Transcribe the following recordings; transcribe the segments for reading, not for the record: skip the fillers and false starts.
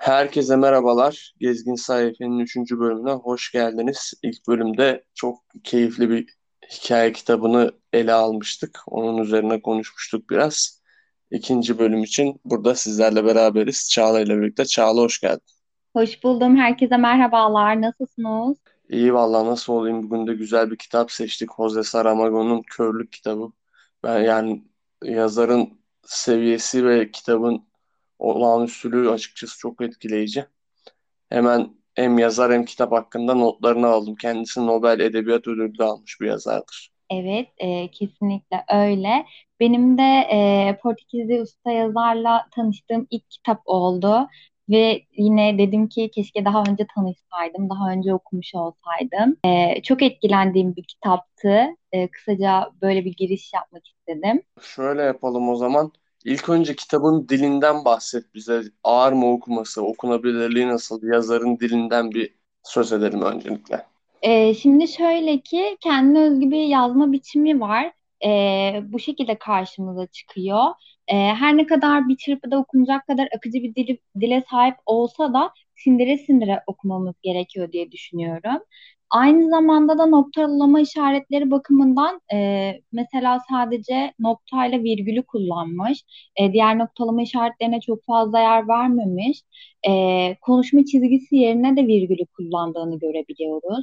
Herkese merhabalar. Gezgin Sayfa'nın üçüncü bölümüne hoş geldiniz. İlk bölümde çok keyifli bir hikaye kitabını ele almıştık. Onun üzerine konuşmuştuk biraz. İkinci bölüm için burada sizlerle beraberiz. Çağla ile birlikte. Çağla hoş geldin. Hoş buldum. Herkese merhabalar. Nasılsınız? İyi vallahi nasıl olayım? Bugün de güzel bir kitap seçtik. Jose Saramago'nun Körlük kitabı. Ben yani yazarın seviyesi ve kitabın olağanüstülüğü açıkçası çok etkileyici. Hemen hem yazar hem kitap hakkında notlarını aldım. Kendisi Nobel Edebiyat Ödülü de almış bir yazardır. Evet, kesinlikle öyle. Benim de Portekizli usta yazarla tanıştığım ilk kitap oldu. Ve yine dedim ki keşke daha önce tanışsaydım, daha önce okumuş olsaydım. Çok etkilendiğim bir kitaptı. Kısaca böyle bir giriş yapmak istedim. Şöyle yapalım o zaman. İlk önce kitabın dilinden bahset bize. Ağır mı okuması, okunabilirliği nasıl? Yazarın dilinden bir söz edelim öncelikle. Şimdi şöyle ki kendine özgü bir yazma biçimi var. Bu şekilde karşımıza çıkıyor. Her ne kadar bir çırpıda okunacak kadar akıcı bir dile sahip olsa da sindire sindire okumamız gerekiyor diye düşünüyorum. Aynı zamanda da noktalama işaretleri bakımından mesela sadece noktayla virgülü kullanmış. Diğer noktalama işaretlerine çok fazla yer vermemiş. Konuşma çizgisi yerine de virgülü kullandığını görebiliyoruz.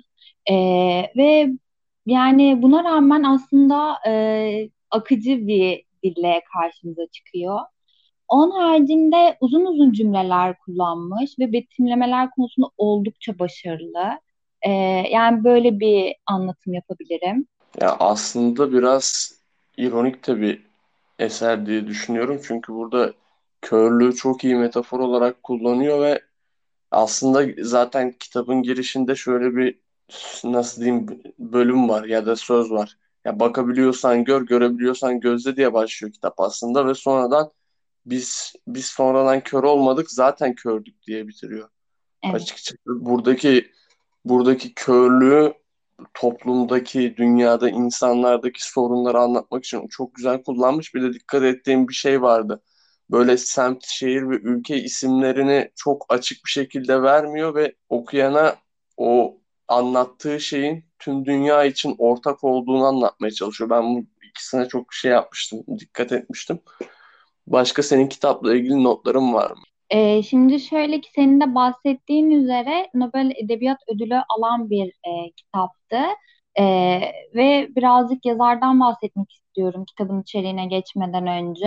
Ve yani buna rağmen aslında akıcı bir dille karşımıza çıkıyor. Onun haricinde uzun uzun cümleler kullanmış ve betimlemeler konusunda oldukça başarılı. Ee, Yani böyle bir anlatım yapabilirim. Ya aslında biraz ironik de bir eser diye düşünüyorum. Çünkü burada körlüğü çok iyi metafor olarak kullanıyor ve aslında zaten kitabın girişinde şöyle bir nasıl diyeyim bölüm var ya da söz var. Ya bakabiliyorsan gör, görebiliyorsan gözle diye başlıyor kitap aslında ve sonradan biz sonradan kör olmadık zaten kördük diye bitiriyor. Evet. Açıkçası buradaki körlüğü toplumdaki, dünyada, insanlardaki sorunları anlatmak için çok güzel kullanmış. Bir de dikkat ettiğim bir şey vardı. Böyle semt, şehir ve ülke isimlerini çok açık bir şekilde vermiyor ve okuyana o anlattığı şeyin tüm dünya için ortak olduğunu anlatmaya çalışıyor. Ben bu ikisine çok şey yapmıştım, dikkat etmiştim. Başka senin kitapla ilgili notların var mı? Şimdi şöyle ki senin de bahsettiğin üzere Nobel Edebiyat Ödülü alan bir kitaptı. Ve birazcık yazardan bahsetmek istiyorum kitabın içeriğine geçmeden önce.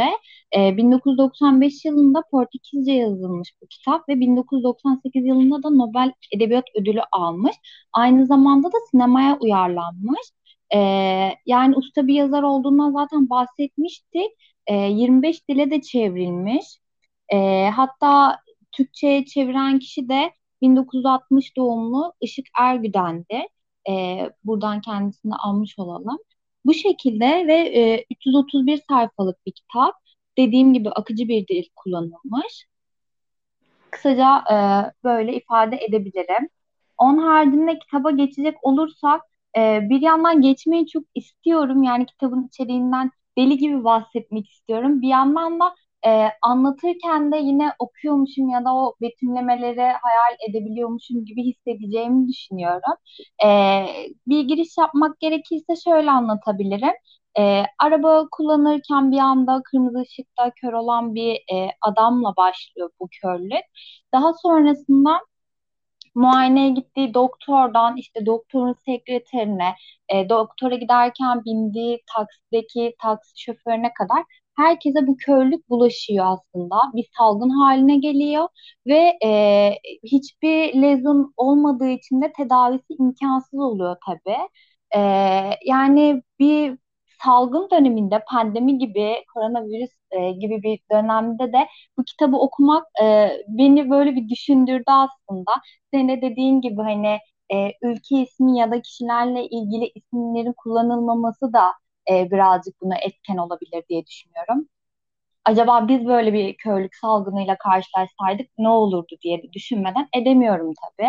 1995 yılında Portekizce yazılmış bu kitap ve 1998 yılında da Nobel Edebiyat Ödülü almış. Aynı zamanda da sinemaya uyarlanmış. Yani usta bir yazar olduğundan zaten bahsetmiştik. 25 dile de çevrilmiş. Hatta Türkçe'ye çeviren kişi de 1960 doğumlu Işık Ergüden'di. Buradan kendisini almış olalım. Bu şekilde ve 331 sayfalık bir kitap. Dediğim gibi akıcı bir dil kullanılmış. Kısaca böyle ifade edebilirim. Onun haricinde kitaba geçecek olursak bir yandan geçmeyi çok istiyorum. Yani kitabın içeriğinden deli gibi bahsetmek istiyorum. Bir yandan da anlatırken de yine okuyormuşum ya da o betimlemeleri hayal edebiliyormuşum gibi hissedeceğimi düşünüyorum. E, Bir giriş yapmak gerekirse şöyle anlatabilirim. Araba kullanırken bir anda kırmızı ışıkta kör olan bir adamla başlıyor bu körlük. Daha sonrasında muayeneye gittiği doktordan işte doktorun sekreterine, doktora giderken bindiği taksideki taksi şoförüne kadar herkese bu körlük bulaşıyor aslında. Bir salgın haline geliyor ve hiçbir lezum olmadığı için de tedavisi imkansız oluyor tabii. E, Yani bir salgın döneminde pandemi gibi koronavirüs gibi bir dönemde de bu kitabı okumak beni böyle bir düşündürdü aslında. Senin de dediğin gibi hani ülke ismi ya da kişilerle ilgili isimlerin kullanılmaması da birazcık buna etken olabilir diye düşünüyorum. Acaba biz böyle bir körlük salgınıyla karşılaşsaydık ne olurdu diye de düşünmeden edemiyorum tabii.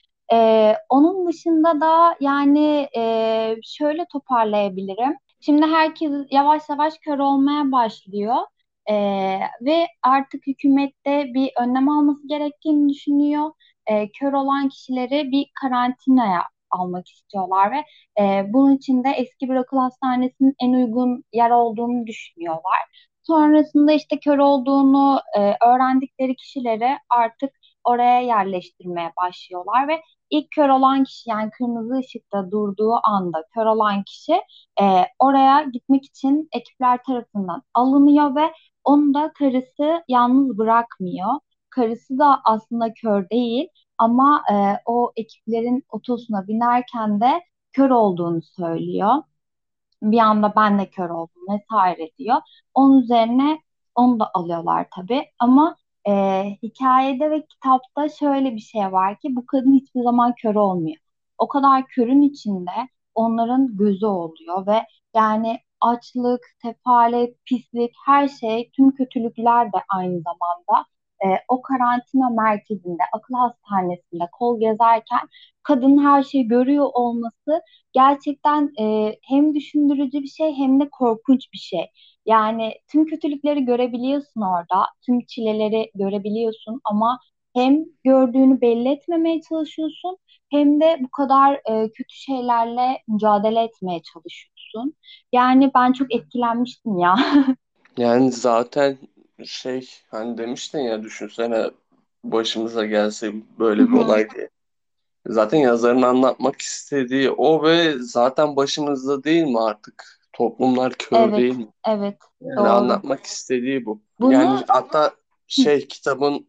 Onun dışında da yani şöyle toparlayabilirim. Şimdi herkes yavaş yavaş kör olmaya başlıyor. Ve artık hükümette bir önlem alması gerektiğini düşünüyor. Kör olan kişileri bir karantinaya almak istiyorlar ve bunun için de eski bir akıl hastanesinin en uygun yer olduğunu düşünüyorlar. Sonrasında işte kör olduğunu öğrendikleri kişileri artık oraya yerleştirmeye başlıyorlar ve ilk kör olan kişi, yani kırmızı ışıkta durduğu anda kör olan kişi oraya gitmek için ekipler tarafından alınıyor ve onu da karısı yalnız bırakmıyor. Karısı da aslında kör değil ama o ekiplerin otosuna binerken de kör olduğunu söylüyor. Bir anda ben de kör oldum vesaire diyor. Onun üzerine onu da alıyorlar tabii. Ama hikayede ve kitapta şöyle bir şey var ki bu kadın hiçbir zaman kör olmuyor. O kadar körün içinde onların gözü oluyor ve yani açlık, sefalet, pislik, her şey, tüm kötülükler de aynı zamanda o karantina merkezinde, akıl hastanesinde kol gezerken kadın her şeyi görüyor olması gerçekten hem düşündürücü bir şey hem de korkunç bir şey. Yani tüm kötülükleri görebiliyorsun orada, tüm çileleri görebiliyorsun ama hem gördüğünü belli etmemeye çalışıyorsun hem de bu kadar kötü şeylerle mücadele etmeye çalışıyorsun. Yani ben çok etkilenmiştim ya. Yani zaten hani demiştin ya, düşünsene başımıza gelse Hı böyle bir hı. olay diye. Zaten yazarın anlatmak istediği o ve zaten başımızda değil mi artık? Toplumlar kör Evet, değil mi? evet, Yani doğru. anlatmak istediği bu. Yani Bunu hatta hı kitabın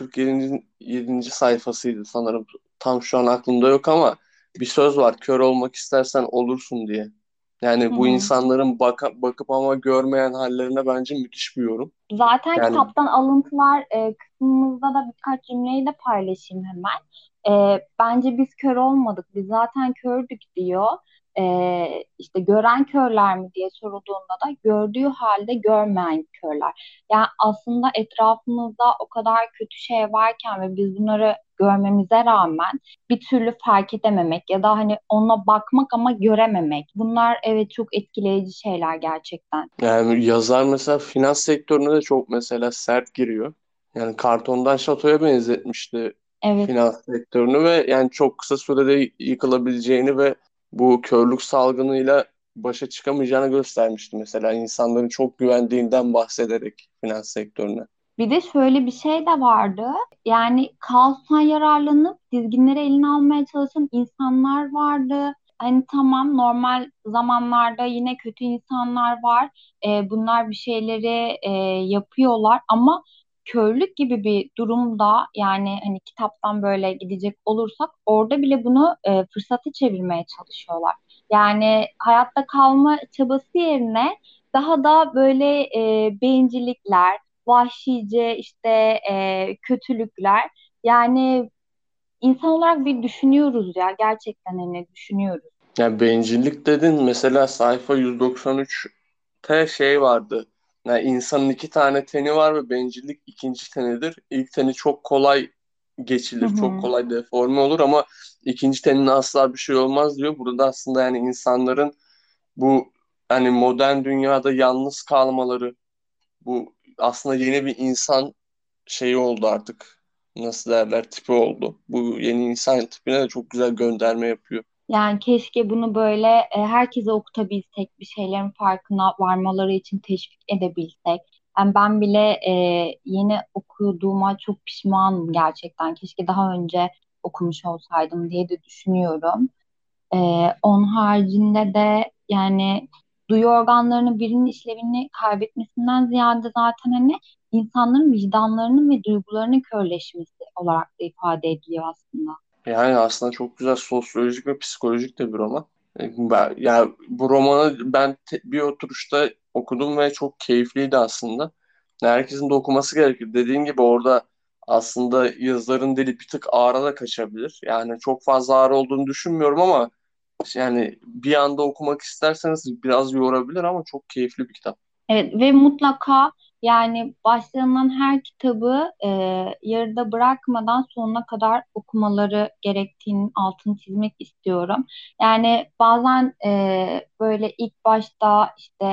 147. sayfasıydı sanırım. Tam şu an aklımda yok ama bir söz var. Kör olmak istersen olursun diye. hı. Yani bu Hı. insanların bakıp ama görmeyen hallerine bence müthiş bir yorum. Zaten Yani kitaptan alıntılar kısmımızda da birkaç cümleyi de paylaşayım hemen. Bence biz kör olmadık, biz zaten kördük diyor. İşte gören körler mi diye sorulduğunda da gördüğü halde görmeyen körler. Yani aslında etrafımızda o kadar kötü şey varken ve biz bunları görmemize rağmen bir türlü fark edememek ya da hani ona bakmak ama görememek. Bunlar evet çok etkileyici şeyler gerçekten. Yani yazar mesela finans sektörüne de çok mesela sert giriyor. Yani kartondan şatoya benzetmişti Evet. finans sektörünü ve yani çok kısa sürede yıkılabileceğini ve bu körlük salgınıyla başa çıkamayacağını göstermişti mesela, insanların çok güvendiğinden bahsederek finans sektörüne. Bir de şöyle bir şey de vardı. Yani kaostan yararlanıp dizginleri eline almaya çalışan insanlar vardı. Hani tamam, normal zamanlarda yine kötü insanlar var. Bunlar bir şeyleri yapıyorlar ama körlük gibi bir durumda, yani hani kitaptan böyle gidecek olursak orada bile bunu fırsata çevirmeye çalışıyorlar. Yani hayatta kalma çabası yerine daha da böyle bencillikler, vahşice işte kötülükler. Yani insan olarak bir düşünüyoruz ya, gerçekten hani düşünüyoruz. Yani bencillik dedin mesela, sayfa 193'te vardı. Yani insanın iki tane teni var ve bencillik ikinci tenidir. İlk teni çok kolay Hı geçilir, çok hı. kolay deforme olur ama ikinci tenine asla bir şey olmaz diyor. Burada aslında yani insanların bu hani modern dünyada yalnız kalmaları, bu aslında yeni bir insan oldu artık. Nasıl derler, tipi oldu. Bu yeni insan tipine de çok güzel gönderme yapıyor. Yani keşke bunu böyle herkese okutabilsek, bir şeylerin farkına varmaları için teşvik edebilsek. Yani ben bile yeni okuduğuma çok pişmanım gerçekten. Keşke daha önce okumuş olsaydım diye de düşünüyorum. Onun haricinde de yani duyu organlarının birinin işlevini kaybetmesinden ziyade zaten hani insanların vicdanlarının ve duygularının körleşmesi olarak da ifade ediliyor aslında. Yani aslında çok güzel sosyolojik ve psikolojik de bir roman. Yani bu romanı ben bir oturuşta okudum ve çok keyifliydi aslında. Herkesin de okuması gerekir. Dediğin gibi orada aslında yazarın dili bir tık ağıra da kaçabilir. Yani çok fazla ağır olduğunu düşünmüyorum ama yani bir anda okumak isterseniz biraz yorabilir ama çok keyifli bir kitap. Evet ve mutlaka yani başlanılan her kitabı yarıda bırakmadan sonuna kadar okumaları gerektiğinin altını çizmek istiyorum. Yani bazen böyle ilk başta işte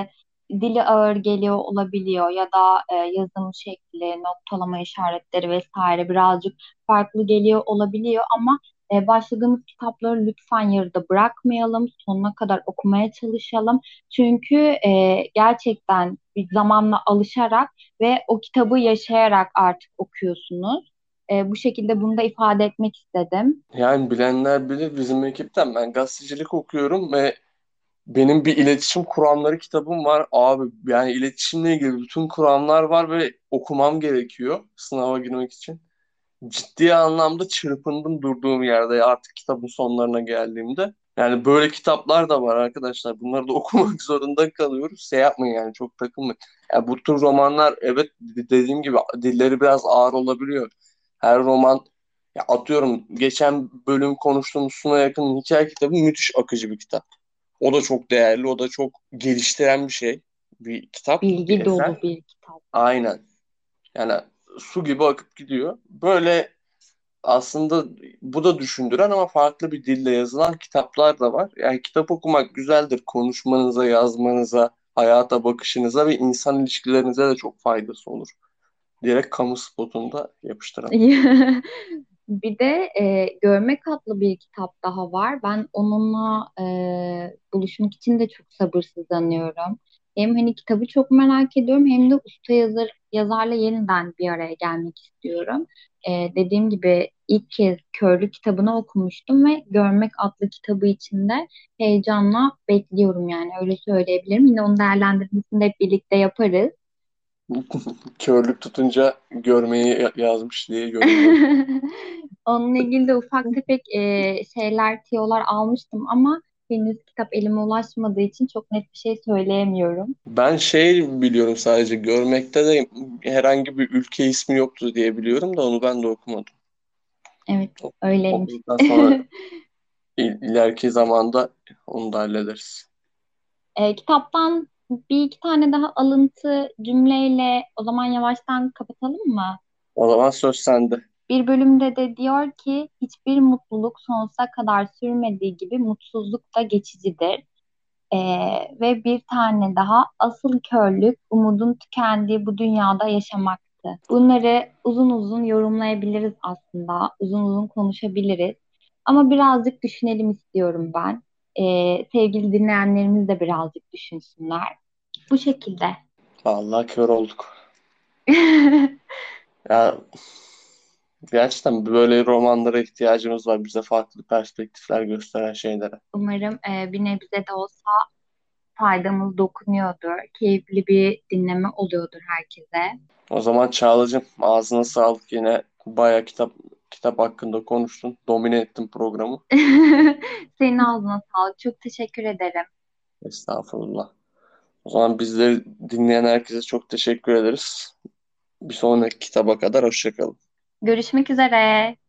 dili ağır geliyor olabiliyor ya da yazım şekli, noktalama işaretleri vesaire birazcık farklı geliyor olabiliyor ama başladığımız kitapları lütfen yarıda bırakmayalım, sonuna kadar okumaya çalışalım. Çünkü gerçekten bir zamanla alışarak ve o kitabı yaşayarak artık okuyorsunuz. Bu şekilde bunu da ifade etmek istedim. Yani bilenler bilir, bizim ekipten ben gazetecilik okuyorum ve benim bir iletişim kuramları kitabım var. Abi yani iletişimle ilgili bütün kuramlar var ve okumam gerekiyor sınava girmek için. Ciddi anlamda çırpındım durduğum yerde artık kitabın sonlarına geldiğimde. Yani böyle kitaplar da var arkadaşlar. Bunları da okumak zorunda kalıyoruz. Şey yapmayın yani, çok takılmayın. Ya bu tür romanlar, evet, dediğim gibi dilleri biraz ağır olabiliyor. Her roman, ya atıyorum geçen bölüm konuştuğumuz Suna Yakın'ın hikaye kitabı müthiş akıcı bir kitap. O da çok değerli, o da çok geliştiren bir şey. Bir kitap, bir Bilgi dolu eser. bir kitap. Aynen. Yani su gibi akıp gidiyor. Böyle aslında bu da düşündüren ama farklı bir dille yazılan kitaplar da var. Yani kitap okumak güzeldir. Konuşmanıza, yazmanıza, hayata bakışınıza ve insan ilişkilerinize de çok faydası olur. Diyerek kamu spotunda yapıştıralım. Bir de Görmek adlı bir kitap daha var. Ben onunla buluşmak için de çok sabırsızlanıyorum. Hem hani kitabı çok merak ediyorum hem de usta yazarla yeniden bir araya gelmek istiyorum. Dediğim gibi ilk kez Körlü kitabını okumuştum ve Görmek adlı kitabı için de heyecanla bekliyorum yani öyle söyleyebilirim. Yine onun değerlendirmesini de hep birlikte yaparız. Körlük tutunca görmeyi yazmış diye yorum yap. Onunla ilgili de ufak tefek şeyler, tiyolar almıştım ama henüz kitap elime ulaşmadığı için çok net bir şey söyleyemiyorum. Ben şey biliyorum, sadece görmekte de herhangi bir ülke ismi yoktu diye biliyorum da onu ben de okumadım. Evet, öyleymiş. Okuduktan sonra ileriki zamanda onu da hallederiz. Kitaptan bir iki tane daha alıntı cümleyle o zaman yavaştan kapatalım mı? O zaman söz sende. Bir bölümde de diyor ki hiçbir mutluluk sonsuza kadar sürmediği gibi mutsuzluk da geçicidir. Ve bir tane daha asıl körlük umudun tükendiği bu dünyada yaşamaktı. Bunları uzun uzun yorumlayabiliriz aslında, uzun uzun konuşabiliriz. Ama birazcık düşünelim istiyorum ben. Sevgili dinleyenlerimiz de birazcık düşünsünler. Bu şekilde. Vallahi kör olduk. Ya gerçekten böyle romanlara ihtiyacımız var. Bize farklı perspektifler gösteren şeylere. Umarım bir nebze de olsa faydamız dokunuyordur. Keyifli bir dinleme oluyordur herkese. O zaman Çağla'cığım, ağzına sağlık, yine bayağı kitap hakkında konuştun. Domine ettin programı. Senin ağzına sağlık. Çok teşekkür ederim. Estağfurullah. O zaman bizleri dinleyen herkese çok teşekkür ederiz. Bir sonraki kitaba kadar hoşça kalın. Görüşmek üzere.